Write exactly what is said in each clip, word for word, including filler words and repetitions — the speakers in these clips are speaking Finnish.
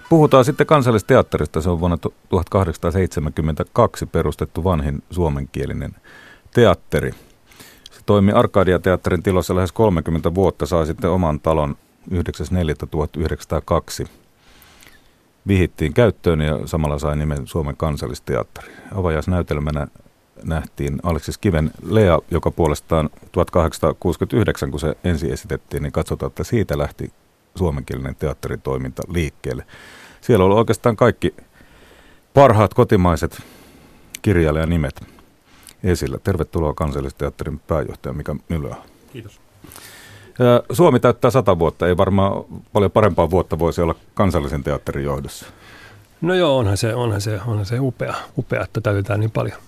Puhutaan sitten Kansallisteatterista. Se on vuonna tuhatkahdeksansataaseitsemänkymmentäkaksi perustettu vanhin suomenkielinen teatteri. Se toimi Arkadia-teatterin tiloissa lähes kolmekymmentä vuotta, sai sitten oman talon yhdeksäs neljättä tuhatyhdeksänsataakaksi. Vihittiin käyttöön ja samalla sai nimen Suomen Kansallisteatteri. Avajaisnäytelmänä nähtiin Aleksis Kiven Lea, joka puolestaan tuhatkahdeksansataakuusikymmentäyhdeksän, kun se ensin esitettiin, niin katsotaan, että siitä lähti suomenkielinen teatteritoiminta liikkeelle. Siellä on oikeastaan kaikki parhaat kotimaiset kirjailijanimet esillä. Tervetuloa Kansallisteatterin pääjohtaja Mika Myllylä. Kiitos. Suomi täyttää sata vuotta. Ei varmaan paljon parempaa vuotta voisi olla Kansallisen teatterin johdossa. No joo, onhan se, onhan se, onhan se upea, upea, että täytetään niin paljon.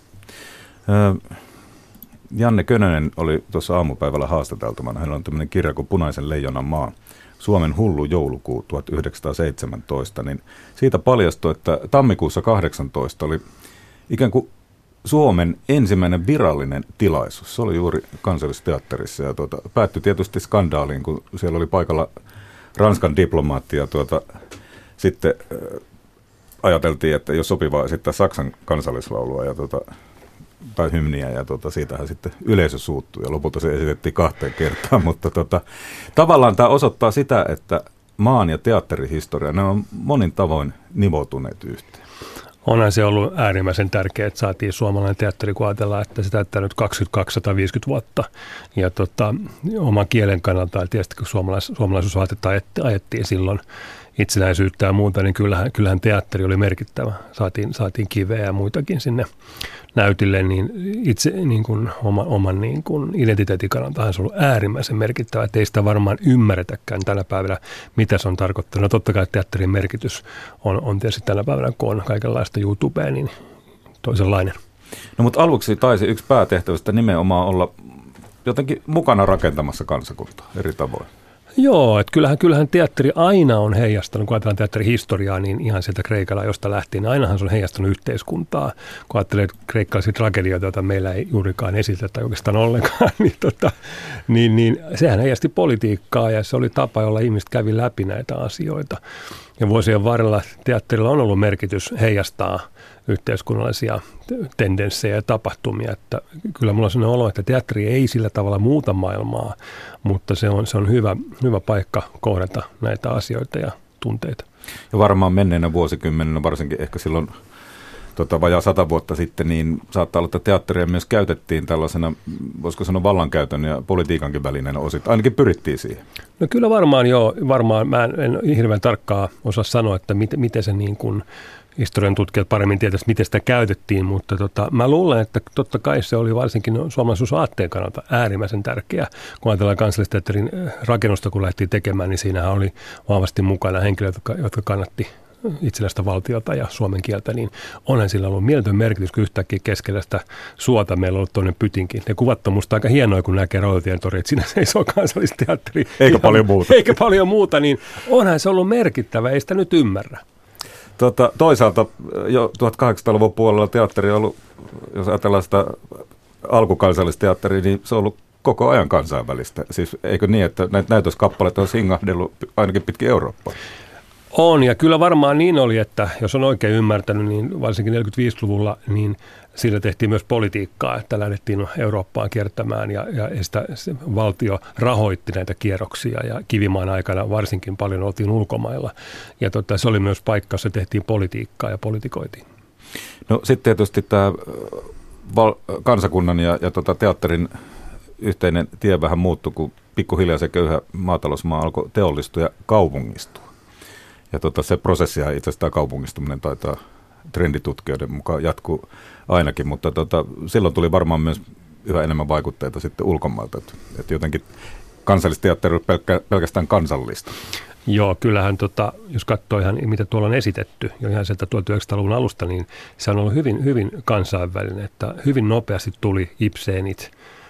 Janne Könönen oli tuossa aamupäivällä haastateltavana. Hänellä on tämmöinen kirja kuin Punaisen leijonan maa, Suomen hullu joulukuu tuhatyhdeksänsataaseitsemäntoista. Niin siitä paljastui, että tammikuussa kahdeksantoista oli ikään kuin Suomen ensimmäinen virallinen tilaisuus. Se oli juuri Kansallisteatterissa ja tuota, päättyi tietysti skandaaliin, kun siellä oli paikalla Ranskan diplomaatti ja tuota, sitten äh, ajateltiin, että jos sopivaa esittää Saksan kansallislaulua ja tuota, tai hymniä ja tuota, siitähän sitten yleisö suuttui ja lopulta se esitettiin kahteen kertaan, mutta tuota, tavallaan tämä osoittaa sitä, että maan ja teatterihistoria, ne on monin tavoin nivoutuneet yhteen. Onhan se ollut äärimmäisen tärkeää, että saatiin suomalainen teatteri, kun ajatellaan, että se täyttää nyt kaksikymmentäkaksisataaviisikymmentä vuotta. Ja tota, oman kielen kannalta, tietysti kun suomalais, suomalaisuusvaatetta ajettiin silloin itsenäisyyttä ja muuta, niin kyllähän, kyllähän teatteri oli merkittävä. Saatiin, saatiin Kiveä ja muitakin sinne näytille, niin itse niin kuin oman, oman niin kuin identiteetin kannalta se on ollut äärimmäisen merkittävä. Että ei sitä varmaan ymmärretäkään tänä päivänä, mitä se on tarkoittanut. No totta kai teatterin merkitys on, on tietysti tänä päivänä, kun on kaikenlaista YouTubea, niin toisenlainen. No mutta aluksi taisi yksi päätehtävistä nimenomaan olla jotenkin mukana rakentamassa kansakuntaa eri tavoin. Joo, että kyllähän, kyllähän teatteri aina on heijastanut, kun ajatellaan teatterihistoriaa, niin ihan sieltä Kreikalla, josta lähtien, niin ainahan se on heijastanut yhteiskuntaa. Kun ajattelee kreikkalaisia tragedioita, joita meillä ei juurikaan esitetä oikeastaan ollenkaan, niin, tota, niin, niin sehän heijasti politiikkaa ja se oli tapa, jolla ihmiset kävi läpi näitä asioita. Ja vuosien varrella teatterilla on ollut merkitys heijastaa yhteiskunnallisia tendenssejä ja tapahtumia. Että kyllä mulla on sellainen olo, että teatteri ei sillä tavalla muuta maailmaa, mutta se on, se on hyvä, hyvä paikka kohdata näitä asioita ja tunteita. Ja varmaan menneenä vuosikymmenenä, varsinkin ehkä silloin tota, vajaa sata vuotta sitten, niin saattaa olla, että teatteria myös käytettiin tällaisena, voisiko sanoa vallankäytön ja politiikankin välineenä osittain. Ainakin pyrittiin siihen. No kyllä varmaan joo, varmaan mä en, en hirveän tarkkaa osaa sanoa, että miten, miten se niin kuin historian tutkijat paremmin tietävät, miten sitä käytettiin, mutta tota, mä luulen, että totta kai se oli varsinkin suomalaisuusaatteen kannalta äärimmäisen tärkeä. Kun ajatellaan Kansallisteatterin rakennusta, kun lähtiin tekemään, niin siinähän oli vahvasti mukana henkilöitä, jotka, jotka kannatti itsenäistä valtiota ja suomen kieltä, niin onhan sillä ollut mieletön merkitys, kun yhtäkkiä keskellä sitä suota meillä on ollut toinen pytinkin. Ne kuvat on musta aika hienoja, kun näkee Rautatiehen tori, että siinä seisoo Kansallisteatteri. Eikä ihan, paljon muuta. Eikä paljon muuta, niin onhan se ollut merkittävä, ei sitä nyt ymmärrä. Tota, toisaalta jo tuhatkahdeksansataaluvun puolella teatteri on ollut, jos ajatellaan sitä alkukansallisteatteria, niin se on ollut koko ajan kansainvälistä. Siis eikö niin, että näitä näytöskappaleita on singahdellut ainakin pitkin Eurooppaa? On, ja kyllä varmaan niin oli, että jos on oikein ymmärtänyt, niin varsinkin neljäkymmentäviisiluvulla, niin sillä tehtiin myös politiikkaa, että lähdettiin Eurooppaan kiertämään ja, ja sitä, valtio rahoitti näitä kierroksia ja Kivimaan aikana varsinkin paljon oltiin ulkomailla. Ja tota, se oli myös paikka, jossa tehtiin politiikkaa ja politikoitiin. No sitten tietysti tämä val- kansakunnan ja, ja tota teatterin yhteinen tie vähän muuttui, kun pikkuhiljaa se köyhä maatalousmaa alkoi teollistua ja kaupungistua. Ja tota, se prosessihan itse asiassa tämä kaupungistuminen taitaa trenditutkijoiden mukaan jatkuu ainakin, mutta tota, silloin tuli varmaan myös yhä enemmän vaikutteita sitten ulkomailta, että, että jotenkin kansallisteatteri on pelkkä, pelkästään kansallista. Joo, kyllähän tota, jos katsoo ihan mitä tuolla on esitetty jo ihan sieltä tuhatyhdeksänsataaluvun alusta, niin se on ollut hyvin, hyvin kansainvälinen, että hyvin nopeasti tuli Ibsenit,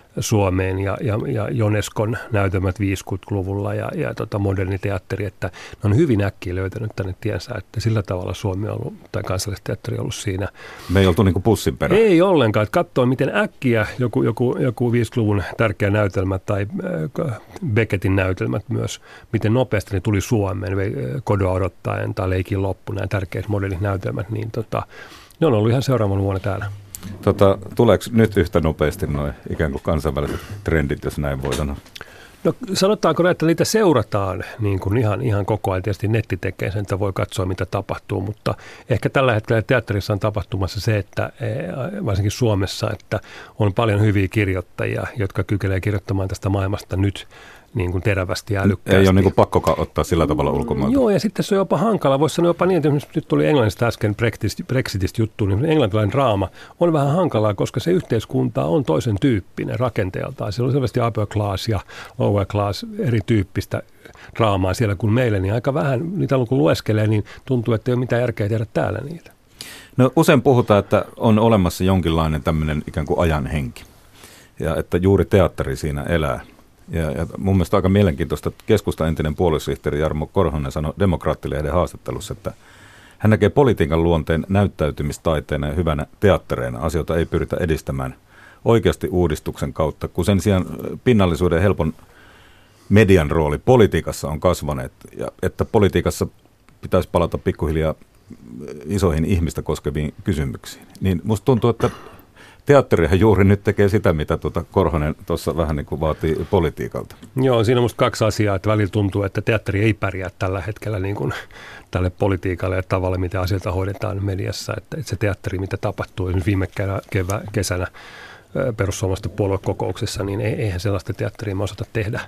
Suomeen ja, ja, ja Joneskon näytelmät viisikymmentäluvulla ja, ja tota moderni teatteri, että ne on hyvin äkkiä löytänyt tänne tiensä, että sillä tavalla Suomi on ollut, tai Kansallisteatteri on ollut siinä. Me ei oltu niin kuin pussin perään. Ei ollenkaan, että katsoo miten äkkiä joku, joku, joku viisikymmentäluvun tärkeä näytelmä tai äh, Beckettin näytelmät myös, miten nopeasti ne tuli Suomeen, Kodoa odottaen tai Leikin loppu, nämä tärkeät modernit näytelmät, niin tota, ne on ollut ihan seuraavan vuonna täällä. Tota, tuleeko nyt yhtä nopeasti noin ikään kuin kansainväliset trendit, jos näin voi sanoa? No sanotaanko, että niitä seurataan niin kuin ihan, ihan koko ajan. Tietysti netti tekee sen, että voi katsoa, mitä tapahtuu, mutta ehkä tällä hetkellä teatterissa on tapahtumassa se, että varsinkin Suomessa, että on paljon hyviä kirjoittajia, jotka kykenevät kirjoittamaan tästä maailmasta nyt niin kuin terävästi ja älykkäästi. Ei ole niin kuin pakko ottaa sillä tavalla ulkomailta. Joo, ja sitten se on jopa hankala. Voisi sanoa jopa niin, että nyt tuli Englannista äsken Brexitistä, Brexitistä juttu, niin englantilainen draama on vähän hankalaa, koska se yhteiskunta on toisen tyyppinen rakenteeltaan. Siellä on selvästi upper class ja lower class erityyppistä draamaa siellä kuin meillä, niin aika vähän niitä kun lueskelee, niin tuntuu, että ei ole mitään järkeä tehdä täällä niitä. No usein puhutaan, että on olemassa jonkinlainen tämmöinen ikään kuin ajan henki ja että juuri teatteri siinä elää. Ja, ja mun mielestä aika mielenkiintoista, että keskustan entinen puoluesihteeri Jarmo Korhonen sanoi Demokraattilehden haastattelussa, että hän näkee politiikan luonteen näyttäytymistaiteena ja hyvänä teattereina. Asioita ei pyritä edistämään oikeasti uudistuksen kautta, kun sen sijaan pinnallisuuden ja helpon median rooli politiikassa on kasvaneet. Ja että politiikassa pitäisi palata pikkuhiljaa isoihin ihmistä koskeviin kysymyksiin. Niin musta tuntuu, että teatterihan juuri nyt tekee sitä, mitä tuota Korhonen tuossa vähän niin kuin vaatii politiikalta. Joo, siinä on musta kaksi asiaa, että välillä tuntuu, että teatteri ei pärjää tällä hetkellä niin kuin tälle politiikalle ja tavalle, mitä asioita hoidetaan mediassa. Että, että se teatteri, mitä tapahtuu esimerkiksi viime kevä, kesänä perussuomalaisten puoluekokouksessa, niin eihän sellaista teatteria me osata tehdä.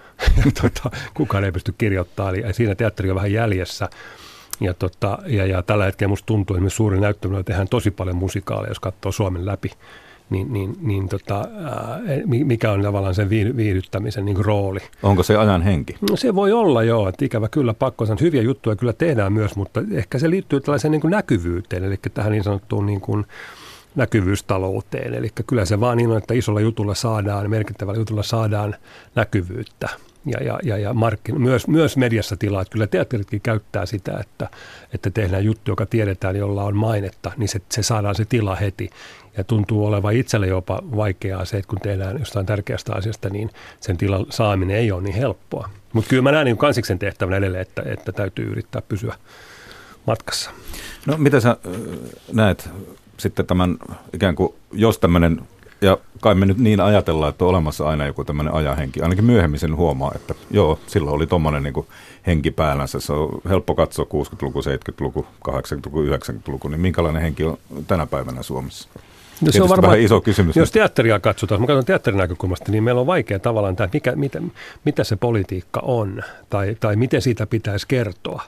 tota, kukaan ei pysty kirjoittamaan, eli siinä teatteri on vähän jäljessä. Ja, tota, ja, ja tällä hetkellä musta tuntuu, että suurin näyttämöllä tehdään tosi paljon musikaaleja, jos katsoo Suomen läpi, niin, niin, niin tota, ää, mikä on tavallaan sen viihdyttämisen niin kuin rooli. Onko se ajan henki? No, se voi olla joo, että ikävä kyllä pakko sanoa, hyviä juttuja kyllä tehdään myös, mutta ehkä se liittyy tällaiseen niin kuin näkyvyyteen, eli tähän niin sanottuun niin kuin näkyvyystalouteen. Eli kyllä se vaan niin on, että isolla jutulla saadaan, merkittävällä jutulla saadaan näkyvyyttä. Ja, ja, ja, ja markkin, myös, myös mediassa tilaa, että kyllä teatteritkin käyttää sitä, että, että tehdään juttu, joka tiedetään, jolla on mainetta, niin se, se saadaan se tila heti. Ja tuntuu olevan itselle jopa vaikeaa se, että kun tehdään jostain tärkeästä asiasta, niin sen tilan saaminen ei ole niin helppoa. Mutta kyllä mä näen niin kansiksen tehtävän edelleen, että, että täytyy yrittää pysyä matkassa. No mitä sä näet sitten tämän ikään kuin, jos tämmöinen, ja kai me nyt niin ajatellaan, että on olemassa aina joku tämmöinen ajanhenki. Ainakin myöhemmin sen huomaa, että joo, silloin oli tommoinen niin kuin henki päällänsä. Se on helppo katsoa kuusikymmentäluku, seitsemänkymmentäluku, kahdeksankymmentäluku, yhdeksänkymmentäluku, niin minkälainen henki on tänä päivänä Suomessa? No se on varmaan vähän iso kysymys. Jos teatteria katsotaan, mä katson teatterin näkökulmasta, niin meillä on vaikea tavallaan tämä, mikä, mitä, mitä se politiikka on tai, tai miten siitä pitäisi kertoa.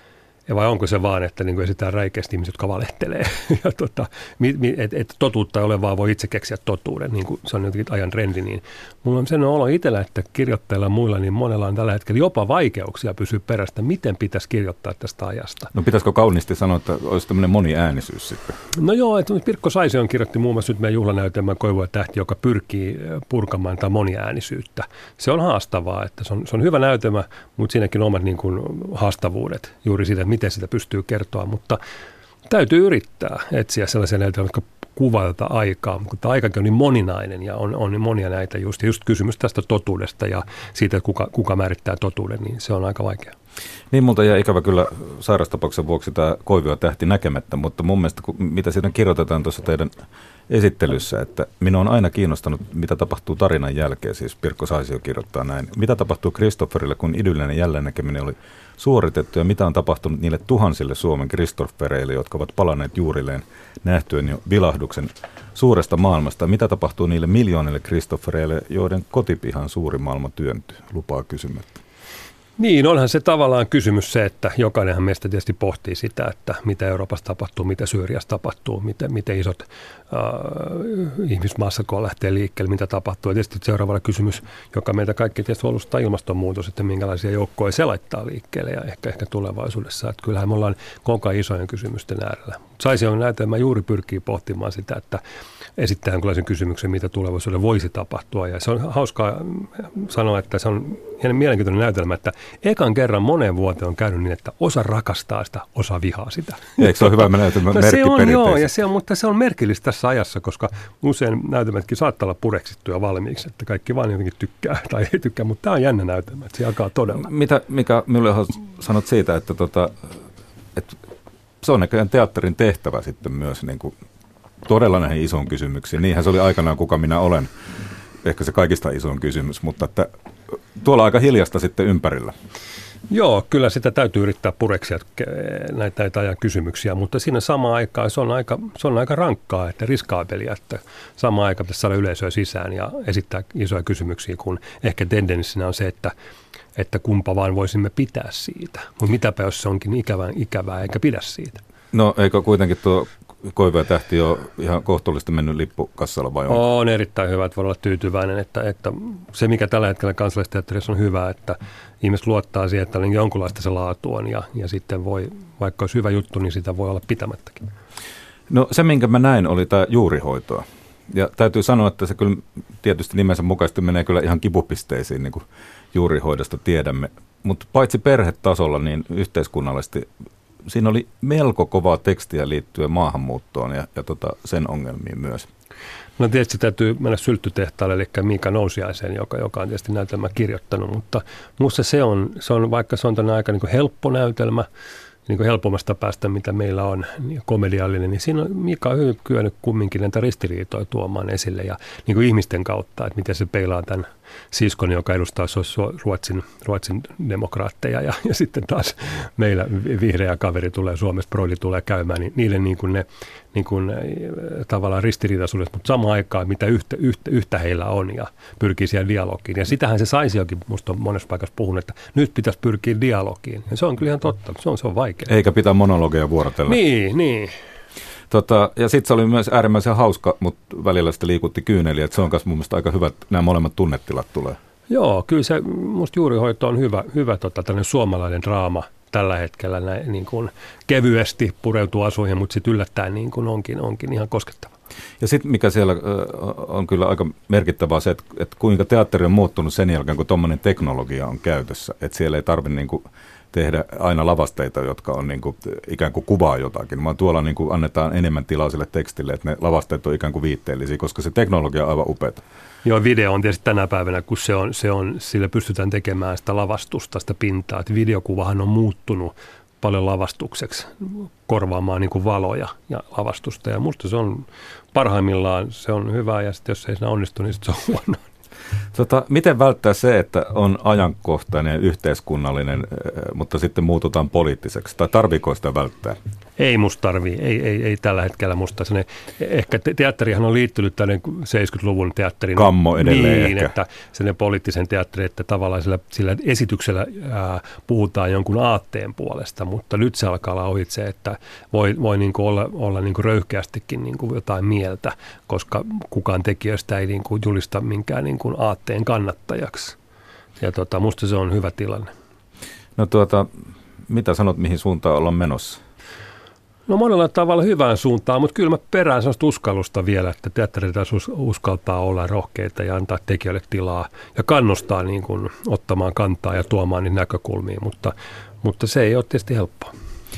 Ja vai onko se vaan, että niin kuin esitään räikeästi ihmiset, jotka valehtelee. ja tota, että et totuutta ei ole, vaan voi itse keksiä totuuden, niin kuin se on jotenkin ajan trendi. Niin mulla on sen olo itsellä, että kirjoittajilla ja muilla, niin monella on tällä hetkellä jopa vaikeuksia pysyä perästä, miten pitäisi kirjoittaa tästä ajasta. No pitäisikö kauniisti sanoa, että olisi tämmöinen moniäänisyys sitten? No joo, että Pirkko Saision kirjoitti muun muassa nyt meidän juhlanäytelmän Koivu ja tähti, joka pyrkii purkamaan tätä moniäänisyyttä. Se on haastavaa, että se on, se on hyvä näytelmä, mutta siinäkin on omat niin kuin haastavuudet juuri siitä, miten sitä pystyy kertoa, mutta täytyy yrittää etsiä sellaisia näitä, jotka kuvaa tätä aikaa, mutta tämä aikakin on niin moninainen ja on, on niin monia näitä just, just kysymys tästä totuudesta ja siitä, että kuka, kuka määrittää totuuden, niin se on aika vaikea. Niin multa jäi ikävä kyllä sairastapauksen vuoksi tämä Koivu ja tähti näkemättä, mutta mun mielestä kun, mitä siinä kirjoitetaan tuossa teidän esittelyssä, että minua on aina kiinnostanut, mitä tapahtuu tarinan jälkeen, siis Pirkko Saisio kirjoittaa näin. Mitä tapahtuu Christopherille, kun idyllinen jälleen näkeminen oli suoritettu ja mitä on tapahtunut niille tuhansille Suomen Christophereille, jotka ovat palanneet juurilleen nähtyen jo vilahduksen suuresta maailmasta. Mitä tapahtuu niille miljoonille Christophereille, joiden kotipihan suuri maailma työntyy, lupaa kysymättä. Niin, onhan se tavallaan kysymys se, että jokainenhan meistä tietysti pohtii sitä, että mitä Euroopassa tapahtuu, mitä Syyriassa tapahtuu, miten, miten isot äh, ihmismassako lähtee liikkeelle, mitä tapahtuu. Ja tietysti seuraavalla kysymys, joka meitä kaikki tietysti huolustaa ilmastonmuutos, että minkälaisia joukkoja se laittaa liikkeelle ja ehkä, ehkä tulevaisuudessa. Että kyllähän me ollaan koko ajan isojen kysymysten äärellä. Saision näytelmä juuri pyrkii pohtimaan sitä, että esittää jonkinlaisen kysymyksen, mitä tulevaisuudessa voisi tapahtua. Ja se on hauskaa sanoa, että se on mielenkiintoinen näytelmä, että ekan kerran moneen vuoteen on käynyt niin, että osa rakastaa sitä, osa vihaa sitä. Eikö se ole hyvä näytelmä merkki se on, perinteisesti? joo, ja se on, mutta se on merkillistä tässä ajassa, koska usein näytelmätkin saattaa olla pureksittuja valmiiksi, että kaikki vaan jotenkin tykkää tai ei tykkää, mutta tämä on jännä näytelmä, että se alkaa todella. Mitä, Mika Myllyhän sanot siitä, että, tota, että se on näköjään teatterin tehtävä sitten myös niin kuin todella näihin isoon kysymyksiin. Niinhän se oli aikanaan, kuka minä olen. Ehkä se kaikista isoin kysymys, mutta että tuolla aika hiljasta sitten ympärillä. Joo, kyllä sitä täytyy yrittää pureksia näitä, näitä ajan kysymyksiä, mutta siinä samaan aikaan se on aika, se on aika rankkaa, että riskaapelia, että samaan aikaan pitäisi saada yleisöä sisään ja esittää isoja kysymyksiä, kun ehkä tendenssinä on se, että, että kumpa vaan voisimme pitää siitä. Mutta mitäpä jos se onkin ikävää, ikävää eikä pidä siitä? No eikö kuitenkin tuo Koivu ja tähti on ihan kohtuullisesti mennyt lippukassalla vai onko? On erittäin hyvä, että voi olla tyytyväinen, että, että se mikä tällä hetkellä Kansallisteatterissa on hyvä, että ihmiset luottaa siihen, että jonkunlaista se laatu on ja, ja sitten voi, vaikka olisi hyvä juttu, niin sitä voi olla pitämättäkin. No se, minkä mä näin, oli tämä juurihoitoa. Ja täytyy sanoa, että se kyllä tietysti nimensä mukaisesti menee kyllä ihan kipupisteisiin, niin kuin juurihoidosta tiedämme. Mutta paitsi perhetasolla, niin yhteiskunnallisesti siinä oli melko kovaa tekstiä liittyen maahanmuuttoon ja, ja tota sen ongelmiin myös. No tietysti täytyy mennä sylttytehtaalle, eli Miika Nousiaiseen, joka, joka on tietysti näytelmä kirjoittanut, mutta minusta se on, se on, vaikka se on tänne aika niin kuin helppo näytelmä, niin kuin helpommasta päästä, mitä meillä on, niin komediallinen, niin siinä on Miika on hyvin kyennyt kumminkin näitä ristiriitoja tuomaan esille ja niin kuin ihmisten kautta, että miten se peilaa tämän siskon, joka edustaa Ruotsin, Ruotsin demokraatteja ja, ja sitten taas meillä vihreä kaveri tulee Suomesta, Broili tulee käymään, niin niille niin kuin ne niin kuin, tavallaan ristiriitaisuudessa, mutta samaan aikaan mitä yhtä, yhtä, yhtä heillä on ja pyrkii siihen dialogiin. Ja sitähän se Saisiokin minusta on monessa paikassa puhunut, että nyt pitäisi pyrkiä dialogiin. Ja se on kyllä ihan totta, se on, se on vaikea. Eikä pitää monologeja vuorotella. Niin, niin. Tota, ja sitten se oli myös äärimmäisen hauska, mutta välillä sitä liikutti kyyneliä, että se on myös mun mielestä aika hyvä, että nämä molemmat tunnetilat tulee. Joo, kyllä se musta juurihoito on hyvä, hyvä tota, tällainen suomalainen draama tällä hetkellä näin, niin kuin kevyesti pureutuu asuihin, mutta sitten yllättäen niin kuin onkin, onkin ihan koskettava. Ja sitten mikä siellä on kyllä aika merkittävää se, että, että kuinka teatteri on muuttunut sen jälkeen, kun tuommoinen teknologia on käytössä, että siellä ei tarvitse niin kuin tehdä aina lavasteita, jotka on niin kuin, ikään kuin kuvaa jotakin, vaan tuolla niin kuin annetaan enemmän tilaa sille tekstille, että ne lavasteet on ikään kuin viitteellisiä, koska se teknologia on aivan upeata. Joo, video on tietysti tänä päivänä, kun se on, se on, sillä pystytään tekemään sitä lavastusta, sitä pintaa, että videokuvahan on muuttunut paljon lavastukseksi, korvaamaan niin kuin valoja ja lavastusta, ja musta se on parhaimmillaan, se on hyvä, ja sitten jos ei siinä onnistu, niin se on huono. Tota, miten välttää se, että on ajankohtainen ja yhteiskunnallinen, mutta sitten muututaan poliittiseksi? Tai tarviiko sitä välttää? Ei musta tarvii, ei, ei, ei tällä hetkellä musta. Sellainen, ehkä te- teatterihan on liittynyt tänne seitsemänkymmentäluvun teatterin. Kammo edelleen niin, ehkä. että sellainen poliittisen teatteri, että tavallaan sillä, sillä esityksellä ää, puhutaan jonkun aatteen puolesta, mutta nyt se alkaa olla ohitse, että voi, voi niin kuin olla, olla niin kuin röyhkeästikin niin kuin jotain mieltä, koska kukaan tekijöistä ei niin kuin julista minkään niin kuin aatteen kannattajaksi. Ja tota, musta se on hyvä tilanne. No tuota, mitä sanot, mihin suuntaan ollaan menossa? No monella tavalla hyvään suuntaan, mutta kyllä mä perään sellaista uskallusta vielä, että teatteri taas uskaltaa olla rohkeita ja antaa tekijöille tilaa ja kannustaa niin kuin ottamaan kantaa ja tuomaan niitä näkökulmia, mutta, mutta se ei ole tietysti helppoa.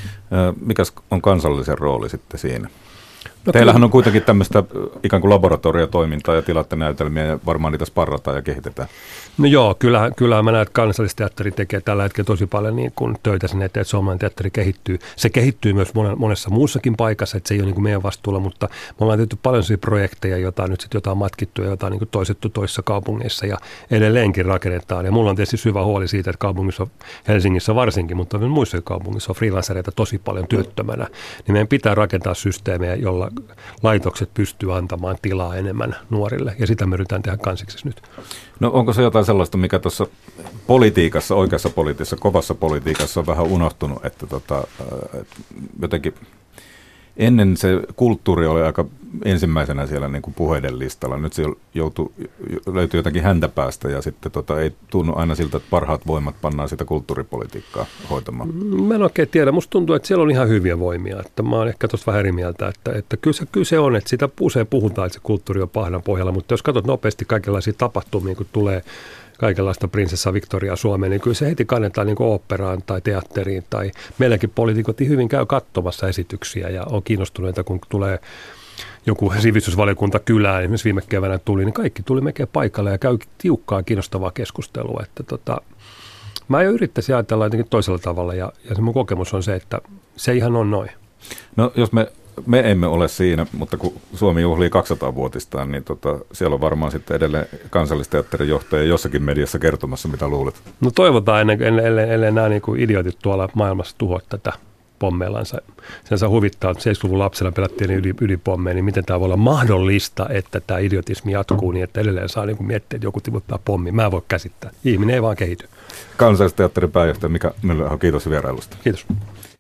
Mikäs on kansallisen rooli sitten siinä? No Teillähän kyllä, on kuitenkin tämmöistä ikään kuin laboratoriotoimintaa ja tilatte näytelmiä ja varmaan niitä sparrataan ja kehitetään. No joo, kyllähän, kyllähän mä näen, että Kansallisteatteri tekee tällä hetkellä tosi paljon niin kuin töitä sen eteen, että suomalainen teatteri kehittyy. Se kehittyy myös monessa muussakin paikassa, että se ei ole niin kuin meidän vastuulla, mutta me ollaan tehty paljon sellaisia projekteja, joita nyt sitten jotain matkittu ja jotain niin kuin toisettu toisissa kaupungeissa ja edelleenkin rakennetaan. Ja mulla on tietysti syvä huoli siitä, että kaupungissa, Helsingissä varsinkin, mutta myös muissa kaupungissa on freelancereita tosi paljon työttömänä. Niin meidän pitää rakentaa systeemejä, jolla laitokset pystyy antamaan tilaa enemmän nuorille, ja sitä me yritetään tehdä kansiksi nyt. No onko se jotain sellaista, mikä tuossa politiikassa, oikeassa politiikassa, kovassa politiikassa on vähän unohtunut, että tota, et jotenkin Ennen se kulttuuri oli aika ensimmäisenä siellä niin kuin puheiden listalla. Nyt se joutui, löytyi jotakin häntäpäästä ja sitten tota, ei tunnu aina siltä, että parhaat voimat pannaan sitä kulttuuripolitiikkaa hoitamaan. Mä en oikein tiedä. Musta tuntuu, että siellä on ihan hyviä voimia. Että mä oon ehkä tuossa vähän eri mieltä, että, että kyllä, se, kyllä se on, että sitä usein puhutaan, että se kulttuuri on pahdan pohjalla, mutta jos katsot nopeasti kaikenlaisia tapahtumia, kun tulee kaikenlaista prinsessa Victoriaa Suomeen, niin kyllä se heti kannetaan niin kuin oopperaan tai teatteriin. Tai meilläkin poliitikot hyvin käy katsomassa esityksiä ja on kiinnostuneita, kun tulee joku sivistysvaliokunta kylään, esimerkiksi viime keväänä tuli, niin kaikki tuli melkein paikalle ja käy tiukkaa kiinnostavaa keskustelua. Että tota, mä jo yrittäisin ajatella jotenkin toisella tavalla ja, ja se mun kokemus on se, että se ihan on noin. No jos me, me emme ole siinä, mutta kun Suomi juhlii kaksisataa-vuotistaan, niin tota, siellä on varmaan sitten edelleen Kansallisteatterin johtaja jossakin mediassa kertomassa, mitä luulet. No toivotaan ennen, ennen, ennen, ennen nämä niin kuin idiotit tuolla maailmassa tuhoa tätä pommeillansa. Sen saa huvittaa, että seitsemänkymmentäluvun lapsena pelattiin ydin, ydinpommeja, niin miten tämä voi olla mahdollista, että tämä idiotismi jatkuu niin, että edelleen saa niin kuin miettiä, että joku tiputtaa pommi. Mä en voi käsittää. Ihminen ei vaan kehity. Kansallisteatterin pääjohtaja Mika Myllyaho, kiitos vierailusta. Kiitos.